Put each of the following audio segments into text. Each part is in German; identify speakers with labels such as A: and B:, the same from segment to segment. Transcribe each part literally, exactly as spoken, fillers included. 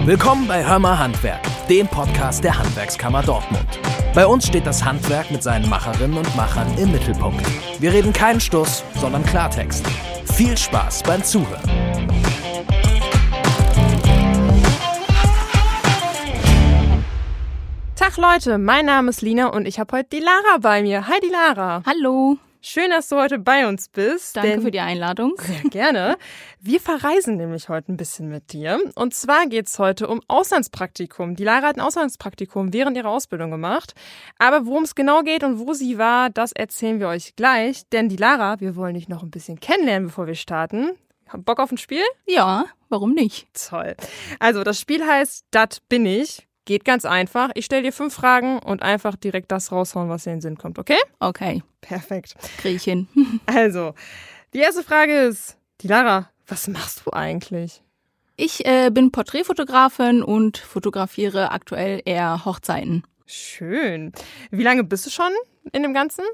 A: Willkommen bei Hör mal Handwerk, dem Podcast der Handwerkskammer Dortmund. Bei uns steht das Handwerk mit seinen Macherinnen und Machern im Mittelpunkt. Wir reden keinen Stuss, sondern Klartext. Viel Spaß beim Zuhören.
B: Tag Leute, mein Name ist Lina und ich habe heute die Lara bei mir. Hi die Lara.
C: Hallo.
B: Schön, dass du heute bei uns bist.
C: Danke für die Einladung.
B: Sehr gerne. Wir verreisen nämlich heute ein bisschen mit dir. Und zwar geht es heute um Auslandspraktikum. Die Lara hat ein Auslandspraktikum während ihrer Ausbildung gemacht. Aber worum es genau geht und wo sie war, das erzählen wir euch gleich. Denn die Lara, wir wollen dich noch ein bisschen kennenlernen, bevor wir starten. Habt Bock auf ein Spiel?
C: Ja, warum nicht?
B: Toll. Also das Spiel heißt Dat bin ich. Geht ganz einfach. Ich stelle dir fünf Fragen und einfach direkt das raushauen, was dir in den Sinn kommt, okay?
C: Okay.
B: Perfekt.
C: Krieg ich hin.
B: Also, die erste Frage ist, die Lara, was machst du eigentlich?
C: Ich äh, bin Porträtfotografin und fotografiere aktuell eher Hochzeiten.
B: Schön. Wie lange bist du schon in dem Ganzen?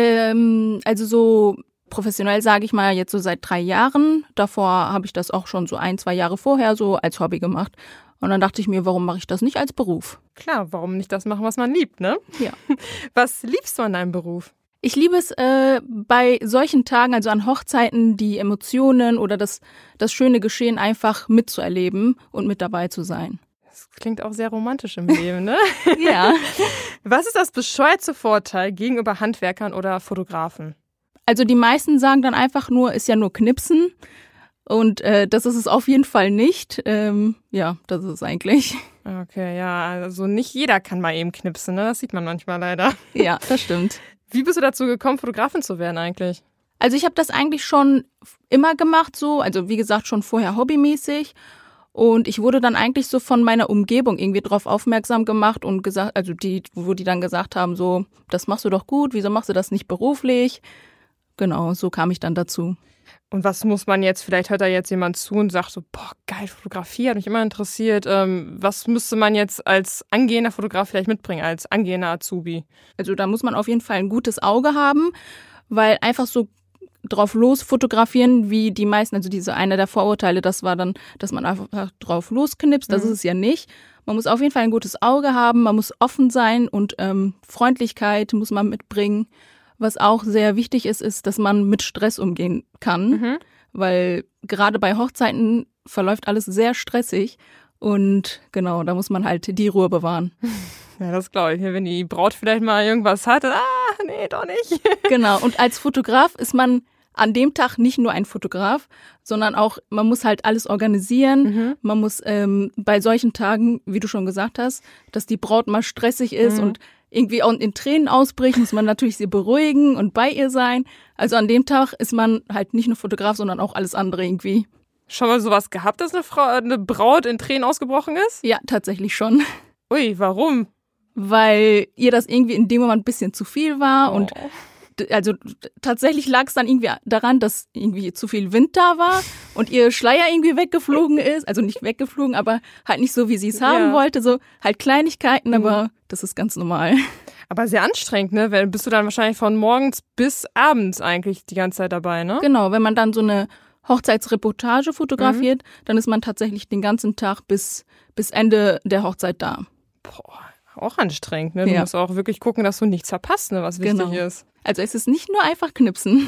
C: Ähm, also so professionell sage ich mal jetzt so seit drei Jahren. Davor habe ich das auch schon so ein, zwei Jahre vorher so als Hobby gemacht. Und dann dachte ich mir, warum mache ich das nicht als Beruf?
B: Klar, warum nicht das machen, was man liebt, ne?
C: Ja.
B: Was liebst du an deinem Beruf?
C: Ich liebe es äh, bei solchen Tagen, also an Hochzeiten, die Emotionen oder das, das schöne Geschehen einfach mitzuerleben und mit dabei zu sein.
B: Das klingt auch sehr romantisch im Leben, ne?
C: Ja.
B: Was ist das bescheuerte Vorteil gegenüber Handwerkern oder Fotografen?
C: Also die meisten sagen dann einfach nur, ist ja nur Knipsen. Und äh, das ist es auf jeden Fall nicht. Ähm, ja, das ist es eigentlich.
B: Okay, ja, also nicht jeder kann mal eben knipsen, ne? Das sieht man manchmal leider.
C: Ja, das stimmt.
B: Wie bist du dazu gekommen, Fotografin zu werden eigentlich?
C: Also ich habe das eigentlich schon immer gemacht so, also wie gesagt schon vorher hobbymäßig. Und ich wurde dann eigentlich so von meiner Umgebung irgendwie drauf aufmerksam gemacht und gesagt, also die, wo die dann gesagt haben, so, das machst du doch gut, wieso machst du das nicht beruflich? Genau, so kam ich dann dazu.
B: Und was muss man jetzt, vielleicht hört da jetzt jemand zu und sagt so, boah, geil, Fotografie hat mich immer interessiert. Ähm, was müsste man jetzt als angehender Fotograf vielleicht mitbringen, als angehender Azubi?
C: Also da muss man auf jeden Fall ein gutes Auge haben, weil einfach so drauf los fotografieren, wie die meisten, also diese eine der Vorurteile, das war dann, dass man einfach drauf losknipst, das mhm. ist es ja nicht. Man muss auf jeden Fall ein gutes Auge haben, man muss offen sein und ähm, Freundlichkeit muss man mitbringen. Was auch sehr wichtig ist, ist, dass man mit Stress umgehen kann, mhm. weil gerade bei Hochzeiten verläuft alles sehr stressig und genau, da muss man halt die Ruhe bewahren.
B: Ja, das glaube ich. Wenn die Braut vielleicht mal irgendwas hat, ah, nee, doch nicht.
C: Genau, und als Fotograf ist man an dem Tag nicht nur ein Fotograf, sondern auch, man muss halt alles organisieren. Mhm. Man muss ähm, bei solchen Tagen, wie du schon gesagt hast, dass die Braut mal stressig ist mhm. und irgendwie auch in Tränen ausbricht, muss man natürlich sie beruhigen und bei ihr sein. Also an dem Tag ist man halt nicht nur Fotograf, sondern auch alles andere irgendwie.
B: Schon mal sowas gehabt, dass eine, Frau, eine Braut in Tränen ausgebrochen ist?
C: Ja, tatsächlich schon.
B: Ui, warum?
C: Weil ihr das irgendwie in dem Moment ein bisschen zu viel war
B: oh.
C: und also tatsächlich lag es dann irgendwie daran, dass irgendwie zu viel Wind da war und ihr Schleier irgendwie weggeflogen ist. Also nicht weggeflogen, aber halt nicht so, wie sie es haben ja. wollte. So halt Kleinigkeiten, mhm. aber das ist ganz normal.
B: Aber sehr anstrengend, ne? Weil bist du dann wahrscheinlich von morgens bis abends eigentlich die ganze Zeit dabei, ne?
C: Genau, wenn man dann so eine Hochzeitsreportage fotografiert, mhm. dann ist man tatsächlich den ganzen Tag bis, bis Ende der Hochzeit da.
B: Boah, auch anstrengend, ne? Du
C: ja.
B: musst auch wirklich gucken, dass du nichts verpasst, ne? Was wichtig
C: genau.
B: ist.
C: Also es ist nicht nur einfach knipsen.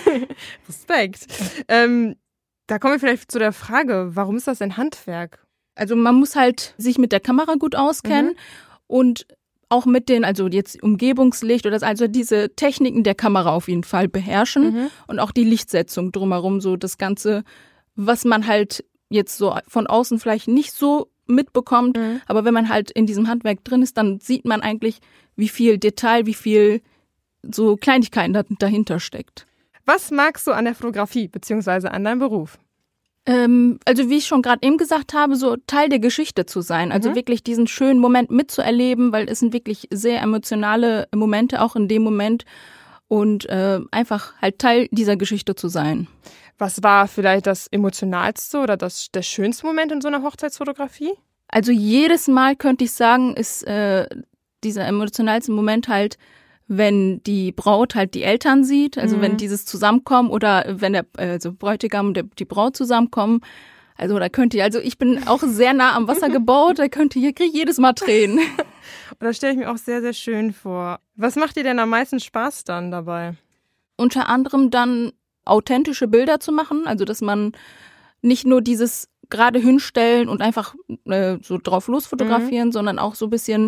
B: Respekt. Ähm, da kommen wir vielleicht zu der Frage, warum ist das ein Handwerk?
C: Also man muss halt sich mit der Kamera gut auskennen mhm. und auch mit den, also jetzt Umgebungslicht oder also diese Techniken der Kamera auf jeden Fall beherrschen mhm. und auch die Lichtsetzung drumherum, so das Ganze, was man halt jetzt so von außen vielleicht nicht so mitbekommt, mhm. aber wenn man halt in diesem Handwerk drin ist, dann sieht man eigentlich, wie viel Detail, wie viel so Kleinigkeiten dahinter steckt.
B: Was magst du an der Fotografie beziehungsweise an deinem Beruf?
C: Ähm, also wie ich schon gerade eben gesagt habe, so Teil der Geschichte zu sein. Also mhm. wirklich diesen schönen Moment mitzuerleben, weil es sind wirklich sehr emotionale Momente auch in dem Moment und äh, einfach halt Teil dieser Geschichte zu sein.
B: Was war vielleicht das emotionalste oder das, der schönste Moment in so einer Hochzeitsfotografie?
C: Also jedes Mal könnte ich sagen, ist äh, dieser emotionalste Moment halt, wenn die Braut halt die Eltern sieht, also mhm. wenn dieses Zusammenkommen oder wenn der also Bräutigam und der, die Braut zusammenkommen. Also da könnt ihr, also ich bin auch sehr nah am Wasser gebaut, da könnt ihr, kriege ich jedes Mal Tränen.
B: Und das stelle ich mir auch sehr, sehr schön vor. Was macht dir denn am meisten Spaß dann dabei?
C: Unter anderem dann authentische Bilder zu machen, also dass man nicht nur dieses gerade hinstellen und einfach äh, so drauf los fotografieren, mhm. sondern auch so ein bisschen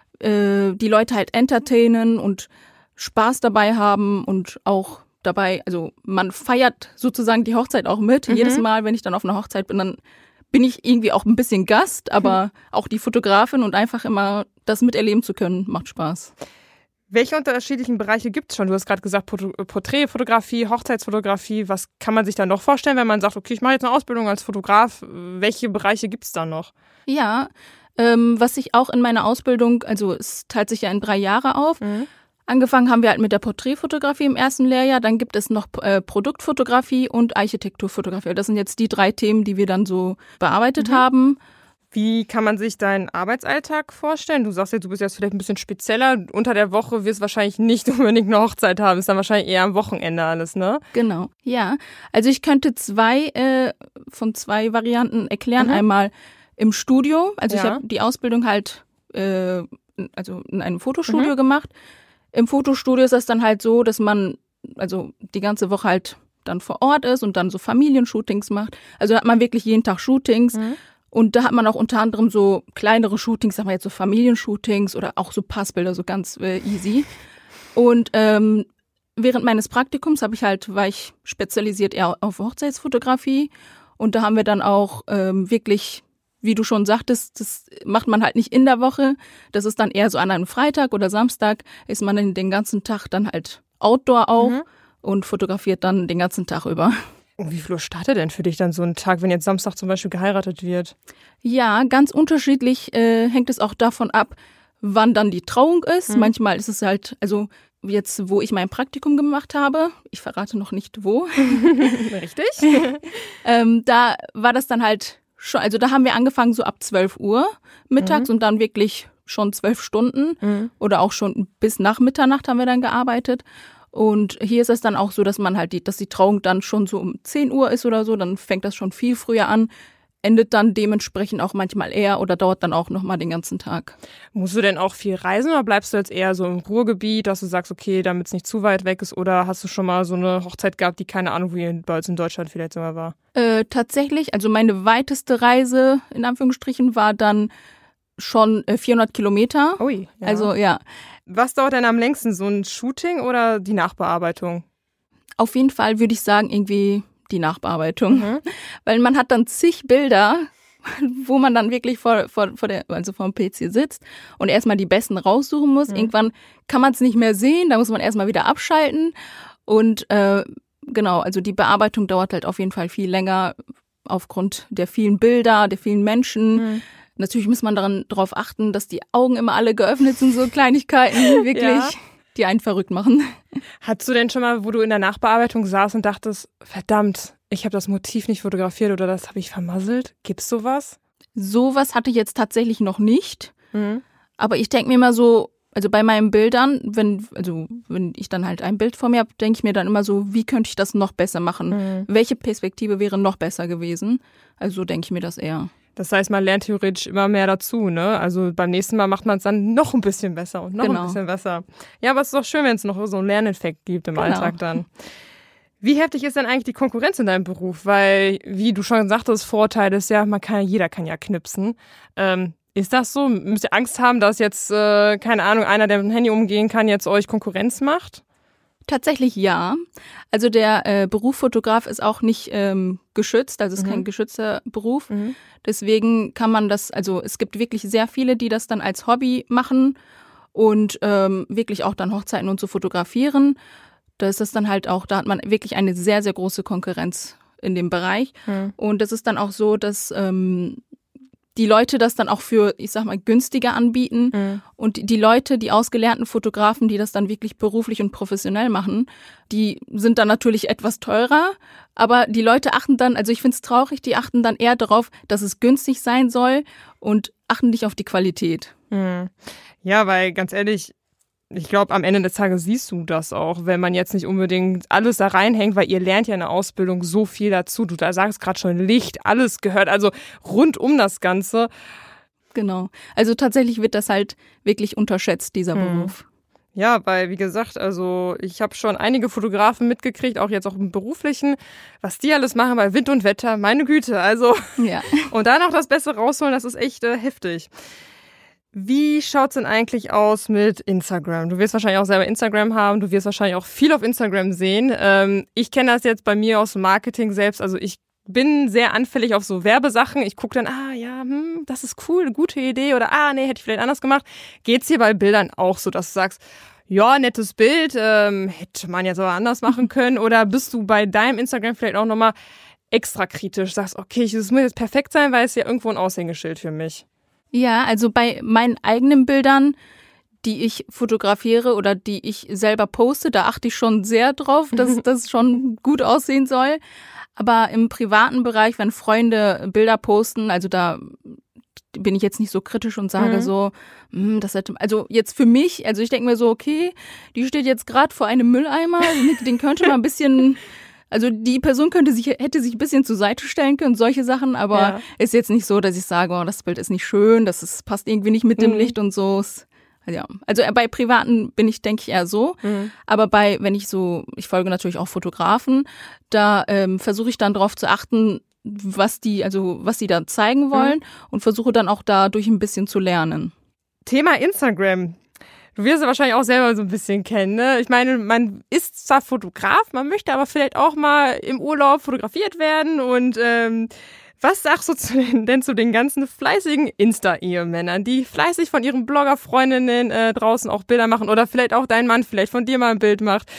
C: äh, die Leute halt entertainen und Spaß dabei haben und auch dabei, also man feiert sozusagen die Hochzeit auch mit. Mhm. Jedes Mal, wenn ich dann auf einer Hochzeit bin, dann bin ich irgendwie auch ein bisschen Gast, aber mhm. auch die Fotografin und einfach immer das miterleben zu können, macht Spaß.
B: Welche unterschiedlichen Bereiche gibt es schon? Du hast gerade gesagt, Porträtfotografie, Hochzeitsfotografie. Was kann man sich da noch vorstellen, wenn man sagt, okay, ich mache jetzt eine Ausbildung als Fotograf? Welche Bereiche gibt es da noch?
C: Ja, ähm, was ich auch in meiner Ausbildung, also es teilt sich ja in drei Jahre auf. Mhm. Angefangen haben wir halt mit der Porträtfotografie im ersten Lehrjahr. Dann gibt es noch äh, Produktfotografie und Architekturfotografie. Das sind jetzt die drei Themen, die wir dann so bearbeitet mhm. haben.
B: Wie kann man sich deinen Arbeitsalltag vorstellen? Du sagst jetzt, du bist jetzt vielleicht ein bisschen spezieller. Unter der Woche wirst du wahrscheinlich nicht unbedingt eine Hochzeit haben. Ist dann wahrscheinlich eher am Wochenende alles, ne?
C: Genau, ja. Also ich könnte zwei äh, von zwei Varianten erklären. Mhm. Einmal im Studio. Also ja. ich habe die Ausbildung halt äh, also in einem Fotostudio mhm. gemacht. Im Fotostudio ist das dann halt so, dass man also die ganze Woche halt dann vor Ort ist und dann so Familienshootings macht. Also da hat man wirklich jeden Tag Shootings. Mhm. Und da hat man auch unter anderem so kleinere Shootings, sagen wir jetzt so Familienshootings oder auch so Passbilder, so ganz äh, easy. Und ähm, während meines Praktikums habe ich halt, war ich spezialisiert eher auf Hochzeitsfotografie. Und da haben wir dann auch ähm, wirklich, wie du schon sagtest, das macht man halt nicht in der Woche. Das ist dann eher so an einem Freitag oder Samstag, ist man dann den ganzen Tag dann halt Outdoor auch mhm. und fotografiert dann den ganzen Tag über.
B: Und wie viel Uhr startet denn für dich dann so ein Tag, wenn jetzt Samstag zum Beispiel geheiratet wird?
C: Ja, ganz unterschiedlich äh, hängt es auch davon ab, wann dann die Trauung ist. Mhm. Manchmal ist es halt, also jetzt, wo ich mein Praktikum gemacht habe, ich verrate noch nicht wo.
B: Richtig.
C: ähm, da war das dann halt schon, also da haben wir angefangen so ab zwölf Uhr mittags mhm. und dann wirklich schon zwölf Stunden mhm. oder auch schon bis nach Mitternacht haben wir dann gearbeitet. Und hier ist es dann auch so, dass man halt die, dass die Trauung dann schon so um zehn Uhr ist oder so, dann fängt das schon viel früher an, endet dann dementsprechend auch manchmal eher oder dauert dann auch nochmal den ganzen Tag.
B: Musst du denn auch viel reisen oder bleibst du jetzt eher so im Ruhrgebiet, dass du sagst, okay, damit es nicht zu weit weg ist, oder hast du schon mal so eine Hochzeit gehabt, die keine Ahnung, wie bei uns in Deutschland vielleicht sogar war?
C: Äh, tatsächlich, also meine weiteste Reise in Anführungsstrichen war dann schon äh, vierhundert Kilometer.
B: Ui, ja.
C: Also ja.
B: Was dauert denn am längsten, so ein Shooting oder die Nachbearbeitung?
C: Auf jeden Fall würde ich sagen, irgendwie die Nachbearbeitung. Mhm. Weil man hat dann zig Bilder, wo man dann wirklich vor, vor, vor, der, also vor dem P C sitzt und erstmal die besten raussuchen muss. Mhm. Irgendwann kann man es nicht mehr sehen, da muss man erstmal wieder abschalten. Und äh, genau, also die Bearbeitung dauert halt auf jeden Fall viel länger aufgrund der vielen Bilder, der vielen Menschen. Mhm. Natürlich muss man daran darauf achten, dass die Augen immer alle geöffnet sind, so Kleinigkeiten, wirklich, ja. die einen verrückt machen.
B: Hattest du denn schon mal, wo du in der Nachbearbeitung saßt und dachtest, verdammt, ich habe das Motiv nicht fotografiert oder das habe ich vermasselt? Gibt's sowas?
C: Sowas hatte ich jetzt tatsächlich noch nicht.
B: Mhm.
C: Aber ich denke mir immer so, also bei meinen Bildern, wenn, also wenn ich dann halt ein Bild vor mir habe, denke ich mir dann immer so, wie könnte ich das noch besser machen? Mhm. Welche Perspektive wäre noch besser gewesen? Also so denke ich mir das eher.
B: Das heißt, man lernt theoretisch immer mehr dazu, ne? Also beim nächsten Mal macht man es dann noch ein bisschen besser und noch genau. ein bisschen besser. Ja, aber es ist doch schön, wenn es noch so einen Lerneffekt gibt im genau. Alltag dann. Wie heftig ist denn eigentlich die Konkurrenz in deinem Beruf? Weil, wie du schon sagtest, Vorteil ist ja, man kann, jeder kann ja knipsen. Ähm, ist das so? Müsst ihr Angst haben, dass jetzt, äh, keine Ahnung, einer, der mit dem Handy umgehen kann, jetzt euch Konkurrenz macht?
C: Tatsächlich ja. Also der äh, Beruf Fotograf ist auch nicht ähm, geschützt, also es ist mhm. kein geschützter Beruf. Mhm. Deswegen kann man das, also es gibt wirklich sehr viele, die das dann als Hobby machen und ähm, wirklich auch dann Hochzeiten und so fotografieren. Da ist das dann halt auch, da hat man wirklich eine sehr, sehr große Konkurrenz in dem Bereich. Mhm. Und das ist dann auch so, dass ähm, die Leute das dann auch für, ich sag mal, günstiger anbieten. Mhm. Und die Leute, die ausgelernten Fotografen, die das dann wirklich beruflich und professionell machen, die sind dann natürlich etwas teurer. Aber die Leute achten dann, also ich finde es traurig, die achten dann eher darauf, dass es günstig sein soll und achten nicht auf die Qualität.
B: Mhm. Ja, weil ganz ehrlich, ich glaube, am Ende des Tages siehst du das auch, wenn man jetzt nicht unbedingt alles da reinhängt, weil ihr lernt ja in der Ausbildung so viel dazu. Du da sagst gerade schon Licht, alles gehört, also rund um das Ganze.
C: Genau. Also tatsächlich wird das halt wirklich unterschätzt, dieser hm. Beruf.
B: Ja, weil wie gesagt, also ich habe schon einige Fotografen mitgekriegt, auch jetzt auch im Beruflichen, was die alles machen bei Wind und Wetter, meine Güte, also
C: ja.
B: Und da noch das Beste rausholen, das ist echt äh, heftig. Wie schaut's denn eigentlich aus mit Instagram? Du wirst wahrscheinlich auch selber Instagram haben, du wirst wahrscheinlich auch viel auf Instagram sehen. Ähm, ich kenne das jetzt bei mir aus dem Marketing selbst, also ich bin sehr anfällig auf so Werbesachen. Ich gucke dann, ah ja, hm, das ist cool, eine gute Idee oder ah nee, hätte ich vielleicht anders gemacht. Geht's dir bei Bildern auch so, dass du sagst, ja, nettes Bild, ähm, hätte man jetzt aber anders machen können, oder bist du bei deinem Instagram vielleicht auch nochmal extra kritisch, sagst, okay, es muss jetzt perfekt sein, weil es ja irgendwo ein Aushängeschild für mich.
C: Ja, also bei meinen eigenen Bildern, die ich fotografiere oder die ich selber poste, da achte ich schon sehr drauf, dass das schon gut aussehen soll. Aber im privaten Bereich, wenn Freunde Bilder posten, also da bin ich jetzt nicht so kritisch und sage mhm. so, das hätte, also jetzt für mich, also ich denke mir so, okay, die steht jetzt gerade vor einem Mülleimer, den könnte man ein bisschen, also die Person könnte sich, hätte sich ein bisschen zur Seite stellen können, solche Sachen, aber ja. ist jetzt nicht so, dass ich sage, oh, das Bild ist nicht schön, das ist, passt irgendwie nicht mit dem mhm. Licht und so. Ja, also bei Privaten bin ich, denke ich, eher so. Mhm. Aber bei, wenn ich so, ich folge natürlich auch Fotografen, da ähm, versuche ich dann darauf zu achten, was die, also was sie da zeigen wollen mhm. und versuche dann auch dadurch ein bisschen zu lernen.
B: Thema Instagram. Du wirst es wahrscheinlich auch selber so ein bisschen kennen, ne? Ich meine, man ist zwar Fotograf, man möchte aber vielleicht auch mal im Urlaub fotografiert werden und ähm, was sagst du zu den, denn zu den ganzen fleißigen Insta-Ehemännern, die fleißig von ihren Blogger-Freundinnen äh, draußen auch Bilder machen oder vielleicht auch dein Mann vielleicht von dir mal ein Bild macht?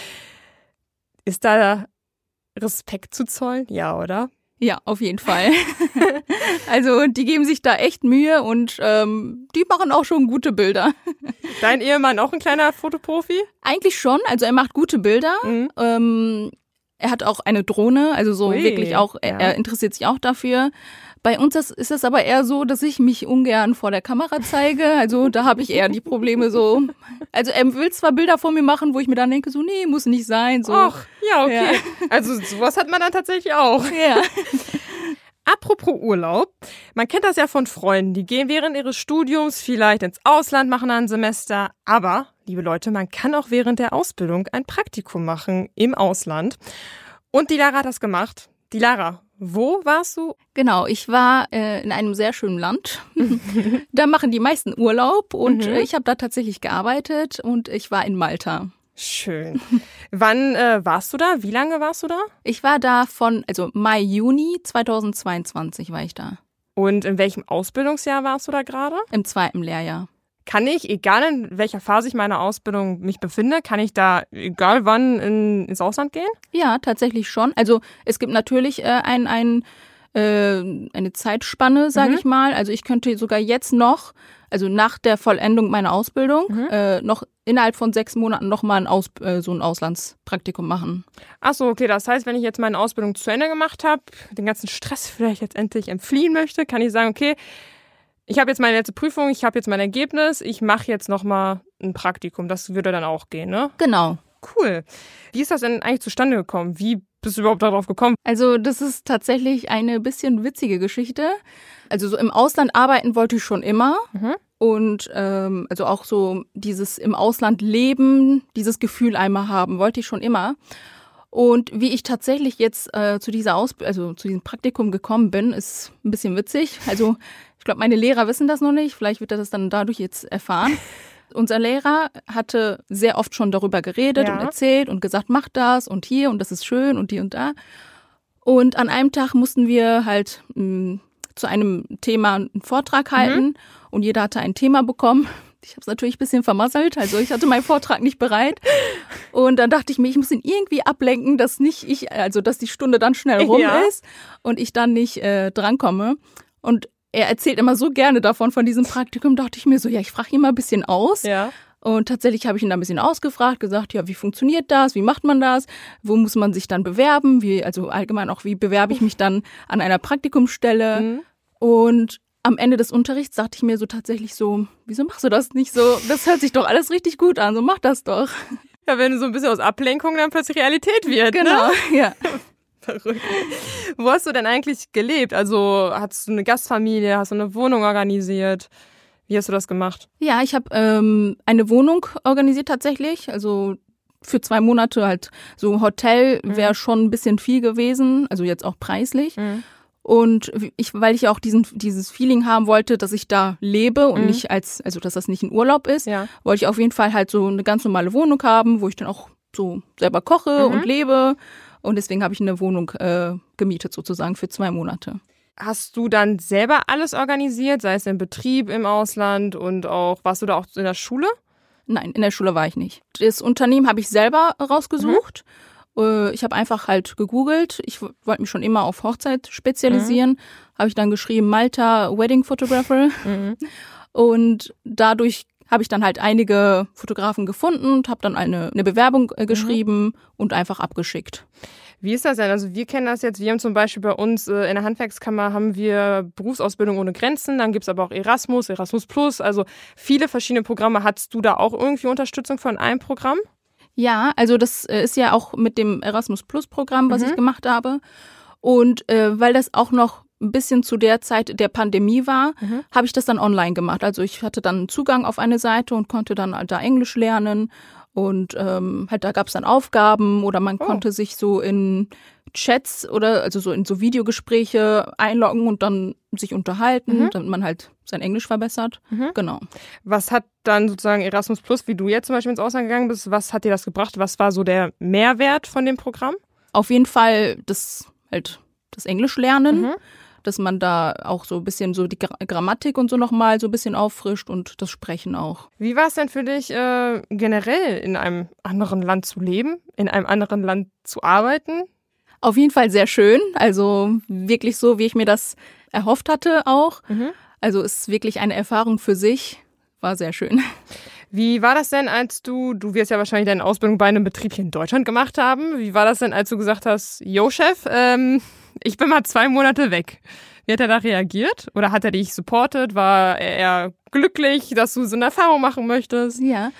B: Ist da Respekt zu zollen? Ja, oder?
C: Ja, auf jeden Fall. Also die geben sich da echt Mühe und ähm, die machen auch schon gute Bilder.
B: Dein Ehemann auch ein kleiner Fotoprofi?
C: Eigentlich schon, also er macht gute Bilder. Mhm. Ähm, Er hat auch eine Drohne, also so Ui, wirklich auch, ja. er interessiert sich auch dafür. Bei uns ist es aber eher so, dass ich mich ungern vor der Kamera zeige. Also da habe ich eher die Probleme so. Also er will zwar Bilder von mir machen, wo ich mir dann denke, so nee, muss nicht sein. So.
B: Ach, ja, okay. Ja. Also sowas hat man dann tatsächlich auch.
C: Ja.
B: Apropos Urlaub, man kennt das ja von Freunden, die gehen während ihres Studiums vielleicht ins Ausland, machen ein Semester, aber, liebe Leute, man kann auch während der Ausbildung ein Praktikum machen im Ausland. Und die Lara hat das gemacht. Die Lara, wo warst du?
C: Genau, ich war äh, in einem sehr schönen Land. Da machen die meisten Urlaub und mhm. ich habe da tatsächlich gearbeitet und ich war in Malta.
B: Schön. Wann äh, warst du da? Wie lange warst du da?
C: Ich war da von, also Mai, Juni zweitausendzweiundzwanzig war ich da.
B: Und in welchem Ausbildungsjahr warst du da gerade?
C: Im zweiten Lehrjahr.
B: Kann ich, egal in welcher Phase ich meiner Ausbildung mich befinde, kann ich da, egal wann, in, ins Ausland gehen?
C: Ja, tatsächlich schon. Also es gibt natürlich äh, ein, ein, äh, eine Zeitspanne, sage mhm. ich mal. Also ich könnte sogar jetzt noch, also nach der Vollendung meiner Ausbildung, mhm. äh, noch innerhalb von sechs Monaten nochmal ein Aus, äh, so ein Auslandspraktikum machen.
B: Ach so, okay. Das heißt, wenn ich jetzt meine Ausbildung zu Ende gemacht habe, den ganzen Stress vielleicht jetzt endlich entfliehen möchte, kann ich sagen, okay, ich habe jetzt meine letzte Prüfung, ich habe jetzt mein Ergebnis, ich mache jetzt nochmal ein Praktikum. Das würde dann auch gehen, ne?
C: Genau.
B: Cool. Wie ist das denn eigentlich zustande gekommen? Wie bist du überhaupt darauf gekommen?
C: Also das ist tatsächlich eine bisschen witzige Geschichte. Also so im Ausland arbeiten wollte ich schon immer. Mhm. Und ähm, also auch so dieses im Ausland leben, dieses Gefühl einmal haben, wollte ich schon immer. Und wie ich tatsächlich jetzt äh, zu dieser Ausbildung, also zu diesem Praktikum gekommen bin, ist ein bisschen witzig. Also ich glaube, meine Lehrer wissen das noch nicht. Vielleicht wird er das dann dadurch jetzt erfahren. Unser Lehrer hatte sehr oft schon darüber geredet ja. und erzählt und gesagt, mach das und hier und das ist schön und die und da. Und an einem Tag mussten wir halt mh, zu einem Thema einen Vortrag halten mhm. und jeder hatte ein Thema bekommen. Ich habe es natürlich ein bisschen vermasselt, also ich hatte meinen Vortrag nicht bereit. Und dann dachte ich mir, ich muss ihn irgendwie ablenken, dass nicht ich, also dass die Stunde dann schnell rum ja. ist und ich dann nicht äh, drankomme. Und er erzählt immer so gerne davon, von diesem Praktikum, dachte ich mir so, ja, ich frage ihn mal ein bisschen aus.
B: Ja.
C: Und tatsächlich habe ich ihn da ein bisschen ausgefragt, gesagt, ja, wie funktioniert das, wie macht man das, wo muss man sich dann bewerben, wie, also allgemein auch, wie bewerbe ich mich dann an einer Praktikumsstelle. Mhm. Und am Ende des Unterrichts dachte ich mir so tatsächlich so, wieso machst du das nicht so? Das hört sich doch alles richtig gut an, so mach das doch.
B: Ja, wenn so ein bisschen aus Ablenkung dann plötzlich Realität wird.
C: Genau,
B: ne?
C: ja.
B: Verrückt. Wo hast du denn eigentlich gelebt? Also hattest du eine Gastfamilie, hast du eine Wohnung organisiert? Wie hast du das gemacht?
C: Ja, ich habe ähm, eine Wohnung organisiert tatsächlich, also für zwei Monate halt so Hotel wäre mhm. schon ein bisschen viel gewesen, also jetzt auch preislich. Mhm. Und ich, weil ich auch diesen, dieses Feeling haben wollte, dass ich da lebe und mhm. nicht als, also dass das nicht ein Urlaub ist, ja. wollte ich auf jeden Fall halt so eine ganz normale Wohnung haben, wo ich dann auch so selber koche mhm. und lebe. Und deswegen habe ich eine Wohnung äh, gemietet sozusagen für zwei Monate.
B: Hast du dann selber alles organisiert, sei es im Betrieb im Ausland und auch, warst du da auch in der Schule?
C: Nein, in der Schule war ich nicht. Das Unternehmen habe ich selber rausgesucht. Mhm. Ich habe einfach halt gegoogelt. Ich wollte mich schon immer auf Hochzeit spezialisieren. Mhm. Habe ich dann geschrieben, Malta Wedding Photographer. Mhm. Und dadurch habe ich dann halt einige Fotografen gefunden und habe dann eine, eine Bewerbung äh, geschrieben mhm. und einfach abgeschickt.
B: Wie ist das denn? Also wir kennen das jetzt, wir haben zum Beispiel bei uns äh, in der Handwerkskammer haben wir Berufsausbildung ohne Grenzen, dann gibt es aber auch Erasmus, Erasmus Plus, also viele verschiedene Programme. Hattest du da auch irgendwie Unterstützung von einem Programm?
C: Ja, also das ist ja auch mit dem Erasmus Plus Programm, was mhm. ich gemacht habe. Und äh, weil das auch noch ein bisschen zu der Zeit der Pandemie war, mhm. habe ich das dann online gemacht. Also ich hatte dann Zugang auf eine Seite und konnte dann halt da Englisch lernen. Und ähm, halt da gab es dann Aufgaben oder man oh. konnte sich so in Chats oder also so in so Videogespräche einloggen und dann sich unterhalten, mhm. damit man halt sein Englisch verbessert. Mhm. Genau.
B: Was hat dann sozusagen Erasmus Plus, wie du jetzt zum Beispiel ins Ausland gegangen bist, was hat dir das gebracht? Was war so der Mehrwert von dem Programm?
C: Auf jeden Fall das halt das Englisch lernen. Mhm. Dass man da auch so ein bisschen so die Grammatik und so nochmal so ein bisschen auffrischt und das Sprechen auch.
B: Wie war es denn für dich äh, generell in einem anderen Land zu leben, in einem anderen Land zu arbeiten?
C: Auf jeden Fall sehr schön, also wirklich so, wie ich mir das erhofft hatte auch. Mhm. Also ist wirklich eine Erfahrung für sich, war sehr schön.
B: Wie war das denn, als du, du wirst ja wahrscheinlich deine Ausbildung bei einem Betrieb hier in Deutschland gemacht haben, wie war das denn, als du gesagt hast, yo Chef, ähm, ich bin mal zwei Monate weg. Wie hat er da reagiert? Oder hat er dich supportet? War er glücklich, dass du so eine Erfahrung machen möchtest?
C: Ja,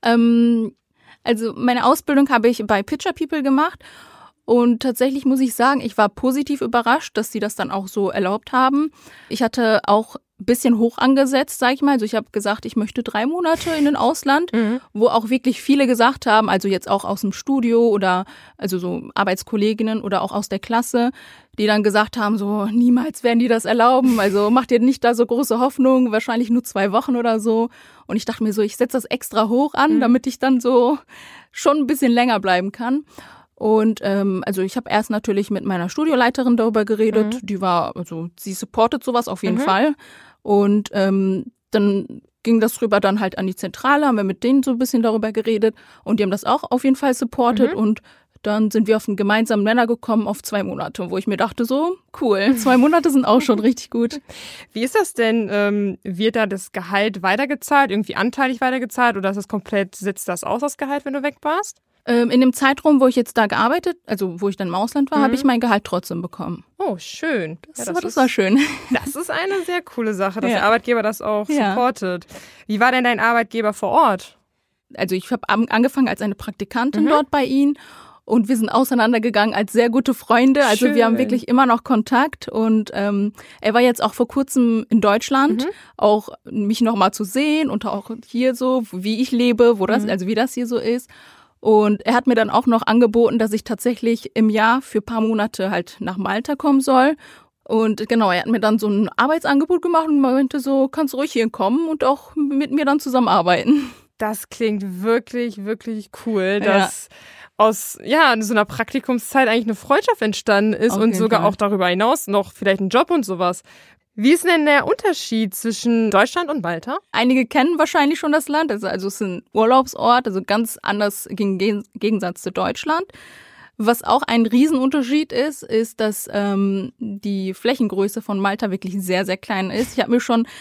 C: ähm, also meine Ausbildung habe ich bei Picture People gemacht. Und tatsächlich muss ich sagen, ich war positiv überrascht, dass sie das dann auch so erlaubt haben. Ich hatte auch ein bisschen hoch angesetzt, sag ich mal. Also ich habe gesagt, ich möchte drei Monate in ein Ausland, mhm. wo auch wirklich viele gesagt haben, also jetzt auch aus dem Studio oder also so Arbeitskolleginnen oder auch aus der Klasse, die dann gesagt haben, so niemals werden die das erlauben. Also macht ihr nicht da so große Hoffnung, wahrscheinlich nur zwei Wochen oder so. Und ich dachte mir so, ich setze das extra hoch an, mhm. damit ich dann so schon ein bisschen länger bleiben kann. Und ähm, also ich habe erst natürlich mit meiner Studioleiterin darüber geredet. Mhm. Die war, also sie supportet sowas auf jeden mhm. Fall. Und ähm, dann ging das rüber dann halt an die Zentrale, haben wir mit denen so ein bisschen darüber geredet. Und die haben das auch auf jeden Fall supportet. Mhm. Und dann sind wir auf einen gemeinsamen Nenner gekommen auf zwei Monate, wo ich mir dachte so, cool, zwei Monate sind auch schon richtig gut.
B: Wie ist das denn? Ähm, wird da das Gehalt weitergezahlt, irgendwie anteilig weitergezahlt oder ist das komplett, sitzt das aus, das Gehalt, wenn du weg warst?
C: Ähm, in dem Zeitraum, wo ich jetzt da gearbeitet, also wo ich dann im Ausland war, mhm. habe ich mein Gehalt trotzdem bekommen.
B: Oh, schön.
C: Das, ja, das, das ist, war schön.
B: Das ist eine sehr coole Sache, dass ja. der Arbeitgeber das auch ja. supportet. Wie war denn dein Arbeitgeber vor Ort?
C: Also ich habe angefangen als eine Praktikantin mhm. dort bei ihnen. Und wir sind auseinandergegangen als sehr gute Freunde. Also Schön. Wir haben wirklich immer noch Kontakt. Und ähm, er war jetzt auch vor kurzem in Deutschland, mhm. auch mich nochmal zu sehen und auch hier so, wie ich lebe, wo das, mhm. also wie das hier so ist. Und er hat mir dann auch noch angeboten, dass ich tatsächlich im Jahr für ein paar Monate halt nach Malta kommen soll. Und genau, er hat mir dann so ein Arbeitsangebot gemacht und meinte so, kannst ruhig hier kommen und auch mit mir dann zusammenarbeiten.
B: Das klingt wirklich, wirklich cool, dass ja. aus ja so einer Praktikumszeit eigentlich eine Freundschaft entstanden ist Auf und sogar Fall. Auch darüber hinaus noch vielleicht ein Job und sowas. Wie ist denn der Unterschied zwischen Deutschland und Malta?
C: Einige kennen wahrscheinlich schon das Land, also, also es ist ein Urlaubsort, also ganz anders im Gegensatz zu Deutschland. Was auch ein Riesenunterschied ist, ist, dass ähm, die Flächengröße von Malta wirklich sehr, sehr klein ist. Ich habe mir schon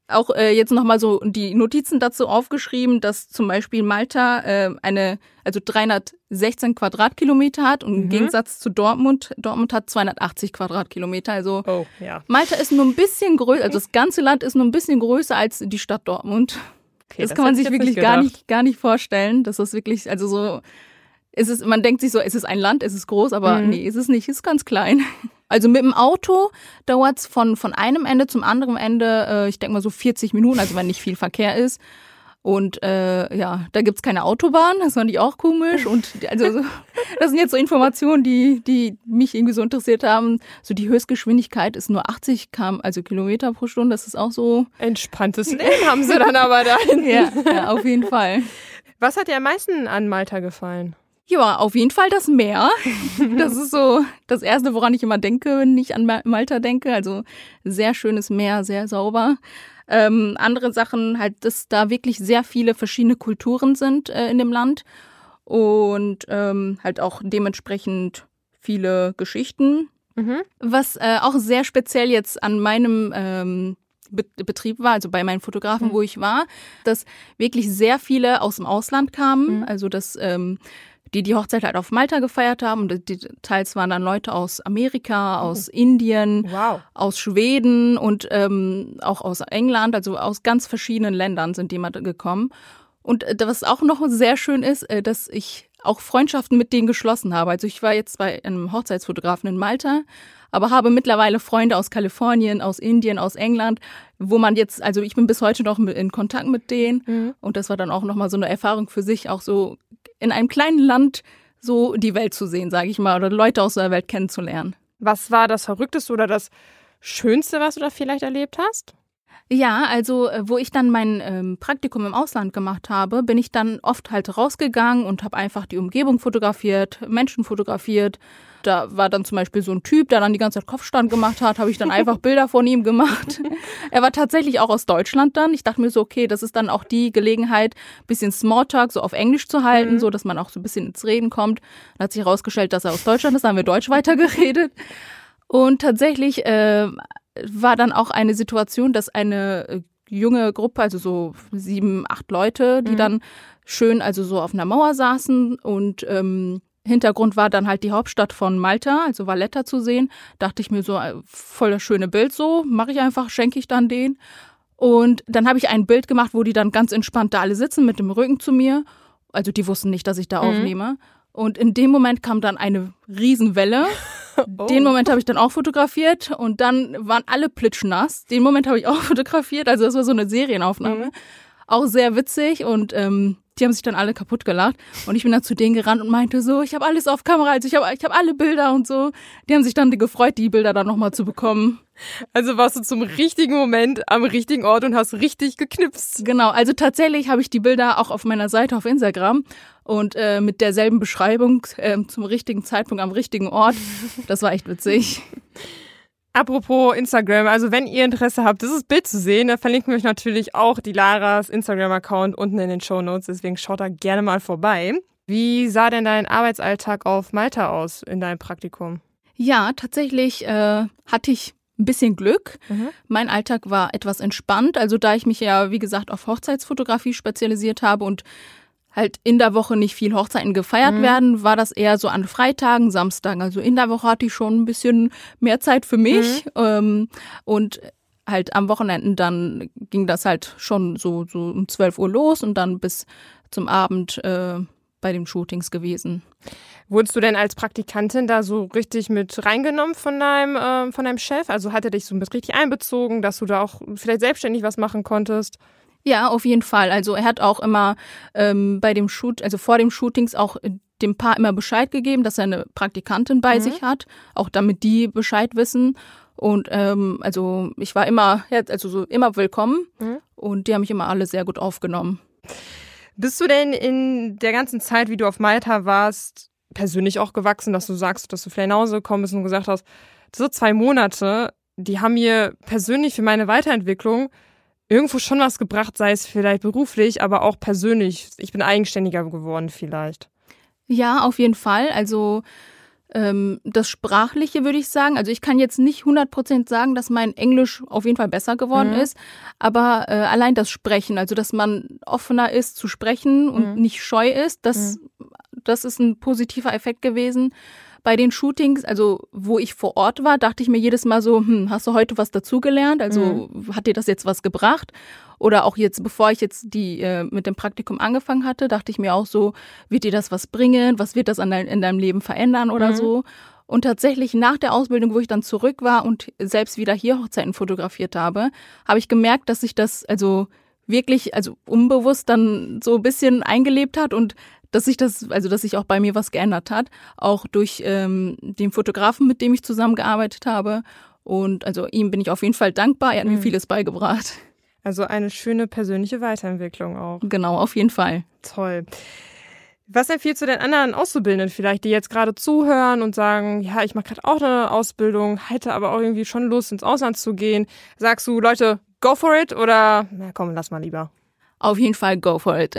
C: auch äh, jetzt nochmal so die Notizen dazu aufgeschrieben, dass zum Beispiel Malta äh, eine, also dreihundertsechzehn Quadratkilometer hat und mhm. im Gegensatz zu Dortmund, Dortmund hat zweihundertachtzig Quadratkilometer. Also
B: oh, ja.
C: Malta ist nur ein bisschen größer, also das ganze Land ist nur ein bisschen größer als die Stadt Dortmund. Okay, das, das kann man sich wirklich nicht gar nicht, gar nicht vorstellen. Das ist wirklich, also so, es ist, man denkt sich so, es ist ein Land, es ist groß, aber mhm. nee, es ist nicht, es ist ganz klein. Also mit dem Auto dauert es von, von einem Ende zum anderen Ende, äh, ich denke mal so vierzig Minuten, also wenn nicht viel Verkehr ist. Und äh, ja, da gibt's keine Autobahn, das fand ich auch komisch. Und also so, das sind jetzt so Informationen, die, die mich irgendwie so interessiert haben. So die Höchstgeschwindigkeit ist nur achtzig Kilometer, also Kilometer pro Stunde, das ist auch so.
B: Entspanntes Leben haben sie dann aber da hinten.
C: Ja, ja, auf jeden Fall.
B: Was hat dir am meisten an Malta gefallen?
C: Ja, auf jeden Fall das Meer. Das ist so das Erste, woran ich immer denke, wenn ich an Malta denke. Also sehr schönes Meer, sehr sauber. Ähm, andere Sachen halt, dass da wirklich sehr viele verschiedene Kulturen sind äh, in dem Land und ähm, halt auch dementsprechend viele Geschichten. Mhm. Was äh, auch sehr speziell jetzt an meinem ähm, Betrieb war, also bei meinen Fotografen, mhm. wo ich war, dass wirklich sehr viele aus dem Ausland kamen. Mhm. Also dass ähm, die die Hochzeit halt auf Malta gefeiert haben. Und die, teils waren dann Leute aus Amerika, aus oh. Indien,
B: wow.
C: aus Schweden und ähm, auch aus England. Also aus ganz verschiedenen Ländern sind die mal gekommen. Und äh, was auch noch sehr schön ist, äh, dass ich auch Freundschaften mit denen geschlossen habe. Also ich war jetzt bei einem Hochzeitsfotografen in Malta, aber habe mittlerweile Freunde aus Kalifornien, aus Indien, aus England, wo man jetzt, also ich bin bis heute noch in Kontakt mit denen. Mhm. Und das war dann auch nochmal so eine Erfahrung für sich, auch so in einem kleinen Land so die Welt zu sehen, sage ich mal, oder Leute aus der Welt kennenzulernen.
B: Was war das Verrückteste oder das Schönste, was du da vielleicht erlebt hast?
C: Ja, also wo ich dann mein ähm, Praktikum im Ausland gemacht habe, bin ich dann oft halt rausgegangen und habe einfach die Umgebung fotografiert, Menschen fotografiert. Da war dann zum Beispiel so ein Typ, der dann die ganze Zeit Kopfstand gemacht hat, habe ich dann einfach Bilder von ihm gemacht. Er war tatsächlich auch aus Deutschland dann. Ich dachte mir so, okay, das ist dann auch die Gelegenheit, ein bisschen Smalltalk so auf Englisch zu halten, mhm. so dass man auch so ein bisschen ins Reden kommt. Dann hat sich herausgestellt, dass er aus Deutschland ist, dann haben wir Deutsch weitergeredet. Und tatsächlich äh, war dann auch eine Situation, dass eine junge Gruppe, also so sieben, acht Leute, die mhm. dann schön also so auf einer Mauer saßen und ähm, Hintergrund war dann halt die Hauptstadt von Malta, also Valletta zu sehen. Dachte ich mir so, voll das schöne Bild so, mache ich einfach, schenke ich dann den. Und dann habe ich ein Bild gemacht, wo die dann ganz entspannt da alle sitzen mit dem Rücken zu mir. Also die wussten nicht, dass ich da mhm. aufnehme. Und in dem Moment kam dann eine Riesenwelle. Oh. Den Moment habe ich dann auch fotografiert und dann waren alle plitschnass. Den Moment habe ich auch fotografiert. Also das war so eine Serienaufnahme. Mhm. Auch sehr witzig und ähm, die haben sich dann alle kaputt gelacht. Und ich bin dann zu denen gerannt und meinte so, ich habe alles auf Kamera, also ich habe ich hab alle Bilder und so. Die haben sich dann gefreut, die Bilder dann nochmal zu bekommen.
B: Also warst du zum richtigen Moment am richtigen Ort und hast richtig geknipst.
C: Genau, also tatsächlich habe ich die Bilder auch auf meiner Seite auf Instagram und äh, mit derselben Beschreibung äh, zum richtigen Zeitpunkt am richtigen Ort. Das war echt witzig.
B: Apropos Instagram, also wenn ihr Interesse habt, dieses Bild zu sehen, dann verlinken wir euch natürlich auch die Laras Instagram-Account unten in den Shownotes, deswegen schaut da gerne mal vorbei. Wie sah denn dein Arbeitsalltag auf Malta aus in deinem Praktikum?
C: Ja, tatsächlich äh, hatte ich ein bisschen Glück. Mhm. Mein Alltag war etwas entspannt, also da ich mich ja, wie gesagt, auf Hochzeitsfotografie spezialisiert habe und halt in der Woche nicht viel Hochzeiten gefeiert mhm. werden, war das eher so an Freitagen, Samstagen. Also in der Woche hatte ich schon ein bisschen mehr Zeit für mich. Mhm. Ähm, und halt am Wochenenden dann ging das halt schon so, so um zwölf Uhr los und dann bis zum Abend äh, bei den Shootings gewesen.
B: Wurdest du denn als Praktikantin da so richtig mit reingenommen von deinem, äh, von deinem Chef? Also hat er dich so richtig einbezogen, dass du da auch vielleicht selbstständig was machen konntest?
C: Ja, auf jeden Fall. Also er hat auch immer ähm, bei dem Shoot, also vor dem Shootings auch dem Paar immer Bescheid gegeben, dass er eine Praktikantin bei mhm. sich hat, auch damit die Bescheid wissen. Und ähm, also ich war immer, also so immer willkommen mhm. und die haben mich immer alle sehr gut aufgenommen.
B: Bist du denn in der ganzen Zeit, wie du auf Malta warst, persönlich auch gewachsen, dass du sagst, dass du vielleicht nach Hause gekommen bist und gesagt hast, so zwei Monate, die haben mir persönlich für meine Weiterentwicklung irgendwo schon was gebracht, sei es vielleicht beruflich, aber auch persönlich. Ich bin eigenständiger geworden vielleicht.
C: Ja, auf jeden Fall. Also Ähm, das Sprachliche würde ich sagen. Also ich kann jetzt nicht hundert Prozent sagen, dass mein Englisch auf jeden Fall besser geworden mhm. ist, aber äh, allein das Sprechen, also dass man offener ist zu sprechen und mhm. nicht scheu ist, das, mhm. das ist ein positiver Effekt gewesen. Bei den Shootings, also wo ich vor Ort war, dachte ich mir jedes Mal so, hm, hast du heute was dazugelernt? Also mhm. hat dir das jetzt was gebracht? Oder auch jetzt, bevor ich jetzt die äh, mit dem Praktikum angefangen hatte, dachte ich mir auch so, wird dir das was bringen? Was wird das an dein, in deinem Leben verändern oder mhm. so? Und tatsächlich nach der Ausbildung, wo ich dann zurück war und selbst wieder hier Hochzeiten fotografiert habe, habe ich gemerkt, dass sich das also wirklich, also unbewusst dann so ein bisschen eingelebt hat und dass sich das, also dass sich auch bei mir was geändert hat, auch durch ähm, den Fotografen, mit dem ich zusammengearbeitet habe. Und also ihm bin ich auf jeden Fall dankbar. Er hat mhm. mir vieles beigebracht.
B: Also eine schöne persönliche Weiterentwicklung auch.
C: Genau, auf jeden Fall.
B: Toll. Was empfiehlst du den anderen Auszubildenden vielleicht, die jetzt gerade zuhören und sagen, ja, ich mache gerade auch eine Ausbildung, hätte aber auch irgendwie schon Lust, ins Ausland zu gehen. Sagst du, Leute, go for it oder na komm, lass mal lieber?
C: Auf jeden Fall go for it.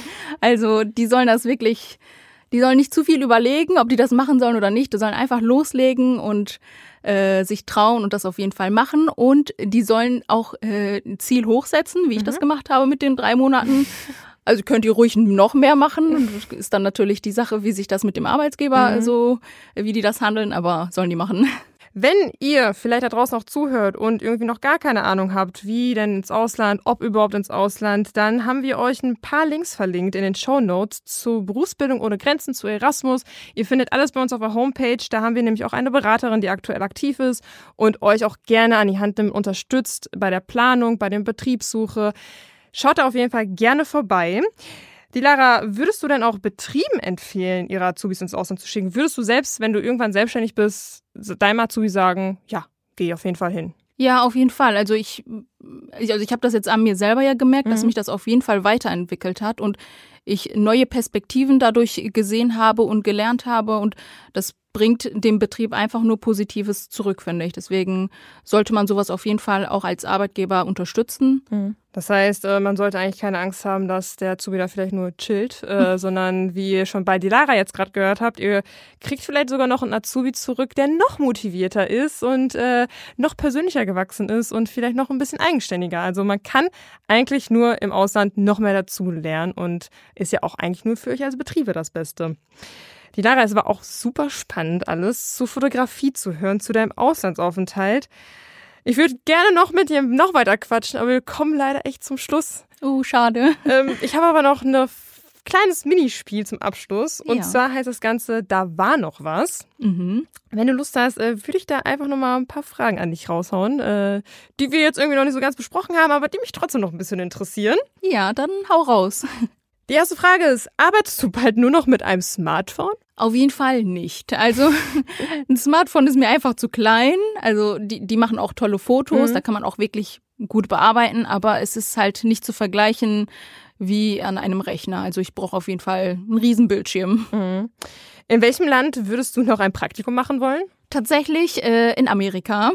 C: Also die sollen das wirklich, die sollen nicht zu viel überlegen, ob die das machen sollen oder nicht. Die sollen einfach loslegen und äh, sich trauen und das auf jeden Fall machen. Und die sollen auch äh, ein Ziel hochsetzen, wie ich mhm. das gemacht habe mit den drei Monaten. Also könnt ihr ruhig noch mehr machen. Das ist dann natürlich die Sache, wie sich das mit dem Arbeitgeber mhm. so, wie die das handeln, aber sollen die machen.
B: Wenn ihr vielleicht da draußen auch zuhört und irgendwie noch gar keine Ahnung habt, wie denn ins Ausland, ob überhaupt ins Ausland, dann haben wir euch ein paar Links verlinkt in den Shownotes zu Berufsbildung ohne Grenzen, zu Erasmus. Ihr findet alles bei uns auf der Homepage. Da haben wir nämlich auch eine Beraterin, die aktuell aktiv ist und euch auch gerne an die Hand nimmt, unterstützt bei der Planung, bei der Betriebssuche. Schaut da auf jeden Fall gerne vorbei. Dilara, würdest du denn auch Betrieben empfehlen, ihre Azubis ins Ausland zu schicken? Würdest du selbst, wenn du irgendwann selbstständig bist, deinem Azubi sagen, ja, geh auf jeden Fall hin?
C: Ja, auf jeden Fall. Also ich, also ich habe das jetzt an mir selber ja gemerkt, mhm. dass mich das auf jeden Fall weiterentwickelt hat und ich neue Perspektiven dadurch gesehen habe und gelernt habe und das bringt dem Betrieb einfach nur Positives zurück, finde ich. Deswegen sollte man sowas auf jeden Fall auch als Arbeitgeber unterstützen.
B: Das heißt, man sollte eigentlich keine Angst haben, dass der Azubi da vielleicht nur chillt, äh, sondern wie ihr schon bei Dilara jetzt gerade gehört habt, ihr kriegt vielleicht sogar noch einen Azubi zurück, der noch motivierter ist und äh, noch persönlicher gewachsen ist und vielleicht noch ein bisschen eigenständiger. Also man kann eigentlich nur im Ausland noch mehr dazu lernen und ist ja auch eigentlich nur für euch als Betriebe das Beste. Dilara, es war auch super spannend, alles zur Fotografie zu hören, zu deinem Auslandsaufenthalt. Ich würde gerne noch mit dir noch weiter quatschen, aber wir kommen leider echt zum Schluss.
C: Oh, schade.
B: Ähm, ich habe aber noch ein kleines Minispiel zum Abschluss. Und ja. zwar heißt das Ganze, da war noch was. Mhm. Wenn du Lust hast, äh, würde ich da einfach noch mal ein paar Fragen an dich raushauen, äh, die wir jetzt irgendwie noch nicht so ganz besprochen haben, aber die mich trotzdem noch ein bisschen interessieren.
C: Ja, dann hau raus.
B: Die erste Frage ist, arbeitest du bald nur noch mit einem Smartphone?
C: Auf jeden Fall nicht. Also ein Smartphone ist mir einfach zu klein. Also die, die machen auch tolle Fotos, mhm. da kann man auch wirklich gut bearbeiten, aber es ist halt nicht zu vergleichen wie an einem Rechner. Also ich brauche auf jeden Fall einen riesen Bildschirm.
B: Mhm. In welchem Land würdest du noch ein Praktikum machen wollen?
C: Tatsächlich äh, in Amerika.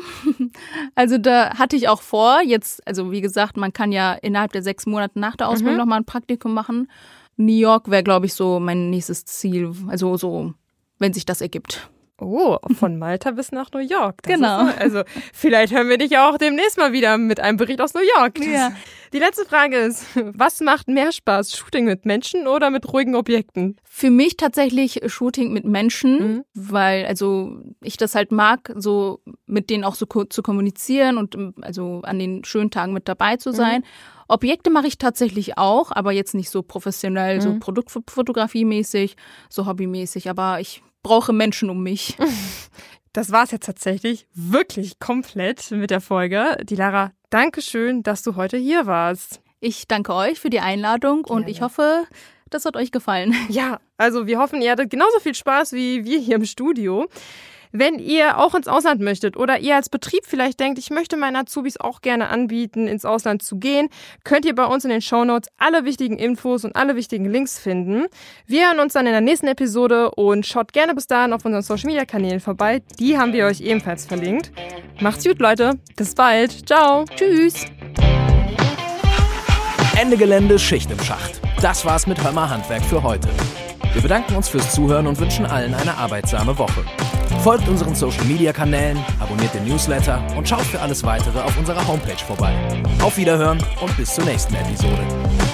C: Also da hatte ich auch vor, jetzt, also wie gesagt, man kann ja innerhalb der sechs Monate nach der Ausbildung mhm. nochmal ein Praktikum machen. New York wäre, glaube ich, so mein nächstes Ziel, also so, wenn sich das ergibt.
B: Oh, von Malta bis nach New York. Das
C: genau.
B: Ist, also vielleicht hören wir dich ja auch demnächst mal wieder mit einem Bericht aus New York. Das,
C: ja.
B: Die letzte Frage ist, was macht mehr Spaß, Shooting mit Menschen oder mit ruhigen Objekten?
C: Für mich tatsächlich Shooting mit Menschen, mhm. weil also ich das halt mag, so mit denen auch so ko- zu kommunizieren und also an den schönen Tagen mit dabei zu sein. Mhm. Objekte mache ich tatsächlich auch, aber jetzt nicht so professionell, mhm. so Produktfotografie-mäßig, so hobbymäßig, aber ich brauche Menschen um mich.
B: Das war es jetzt tatsächlich wirklich komplett mit der Folge. Dilara, danke schön, dass du heute hier warst.
C: Ich danke euch für die Einladung und Gerne. Ich hoffe, das hat euch gefallen.
B: Ja, also wir hoffen, ihr hattet genauso viel Spaß wie wir hier im Studio. Wenn ihr auch ins Ausland möchtet oder ihr als Betrieb vielleicht denkt, ich möchte meinen Azubis auch gerne anbieten, ins Ausland zu gehen, könnt ihr bei uns in den Shownotes alle wichtigen Infos und alle wichtigen Links finden. Wir hören uns dann in der nächsten Episode und schaut gerne bis dahin auf unseren Social-Media-Kanälen vorbei. Die haben wir euch ebenfalls verlinkt. Macht's gut, Leute. Bis bald. Ciao.
C: Tschüss.
A: Ende Gelände, Schicht im Schacht. Das war's mit Hör mal Handwerk für heute. Wir bedanken uns fürs Zuhören und wünschen allen eine arbeitsame Woche. Folgt unseren Social-Media-Kanälen, abonniert den Newsletter und schaut für alles Weitere auf unserer Homepage vorbei. Auf Wiederhören und bis zur nächsten Episode.